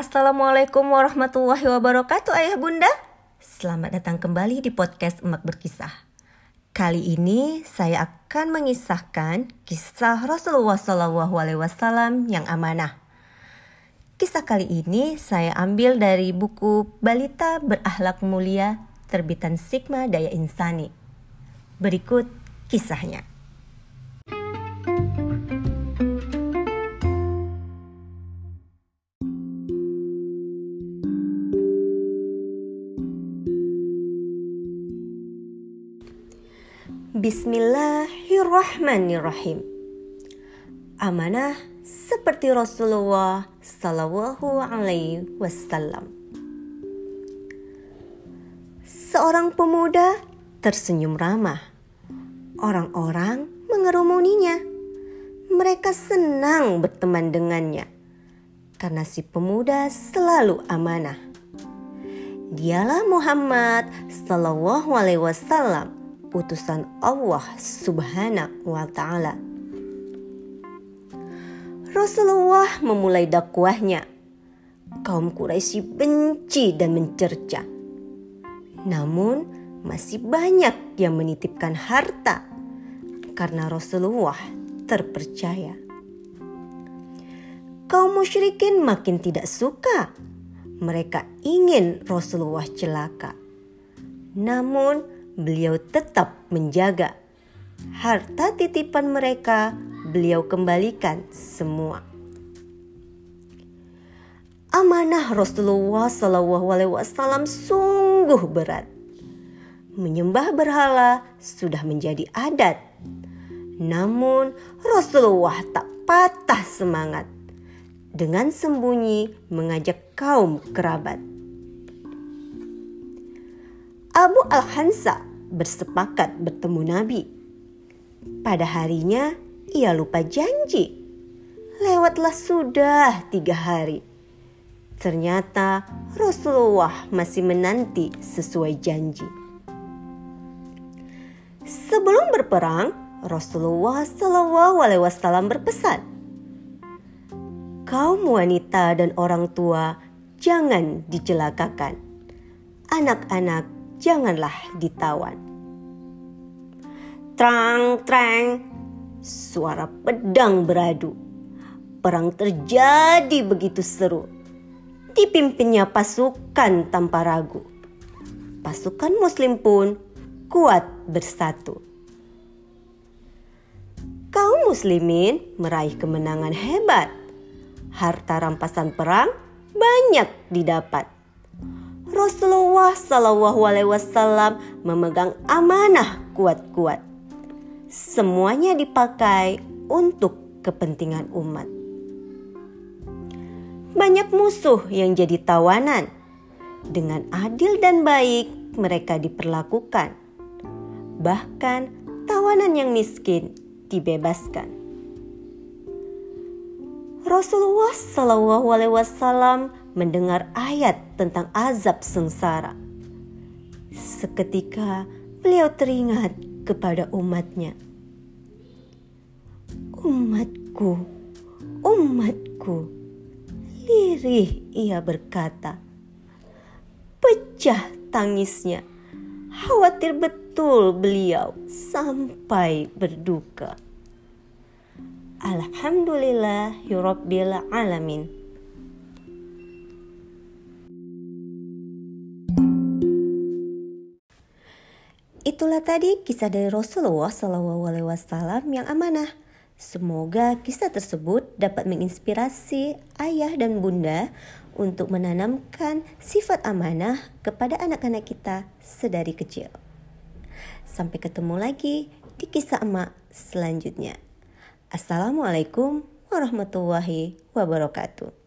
Assalamualaikum warahmatullahi wabarakatuh ayah bunda. Selamat datang kembali di podcast Emak Berkisah. Kali ini saya akan mengisahkan kisah Rasulullah SAW yang amanah. Kisah kali ini saya ambil dari buku Balita Berakhlak Mulia terbitan Sigma Daya Insani. Berikut kisahnya. Bismillahirrahmanirrahim. Amanah seperti Rasulullah Sallallahu Alaihi Wasallam. Seorang pemuda tersenyum ramah. Orang-orang mengerumuninya. Mereka senang berteman dengannya karena si pemuda selalu amanah. Dialah Muhammad Sallallahu Alaihi Wasallam, utusan Allah Subhanahu wa Ta'ala. Rasulullah memulai dakwahnya. Kaum Quraisy benci dan mencerca. Namun masih banyak yang menitipkan harta karena Rasulullah terpercaya. Kaum musyrikin makin tidak suka. Mereka ingin Rasulullah celaka. Namun beliau tetap menjaga. Harta titipan mereka beliau kembalikan semua. Amanah Rasulullah SAW sungguh berat. Menyembah berhala sudah menjadi adat. Namun Rasulullah tak patah semangat. Dengan sembunyi mengajak kaum kerabat. Abu Al-Hansa bersepakat bertemu Nabi. Pada harinya ia lupa janji. Lewatlah sudah 3 hari. Ternyata Rasulullah masih menanti sesuai janji. Sebelum berperang, Rasulullah SAW berpesan, kaum wanita dan orang tua jangan dicelakakan. Anak-anak janganlah ditawan. Trang-trang, suara pedang beradu. Perang terjadi begitu seru. Dipimpinnya pasukan tanpa ragu. Pasukan Muslim pun kuat bersatu. Kaum Muslimin meraih kemenangan hebat. Harta rampasan perang banyak didapat. Rasulullah SAW memegang amanah kuat-kuat. Semuanya dipakai untuk kepentingan umat. Banyak musuh yang jadi tawanan. Dengan adil dan baik mereka diperlakukan. Bahkan tawanan yang miskin dibebaskan. Rasulullah SAW mendengar ayat tentang azab sengsara. Seketika beliau teringat kepada umatnya. Umatku, umatku, lirih ia berkata. Pecah tangisnya. Khawatir betul beliau sampai berduka. Alhamdulillahirabbil alamin. Itulah tadi kisah dari Rasulullah SAW yang amanah. Semoga kisah tersebut dapat menginspirasi ayah dan bunda untuk menanamkan sifat amanah kepada anak-anak kita sedari kecil. Sampai ketemu lagi di kisah emak selanjutnya. Assalamualaikum warahmatullahi wabarakatuh.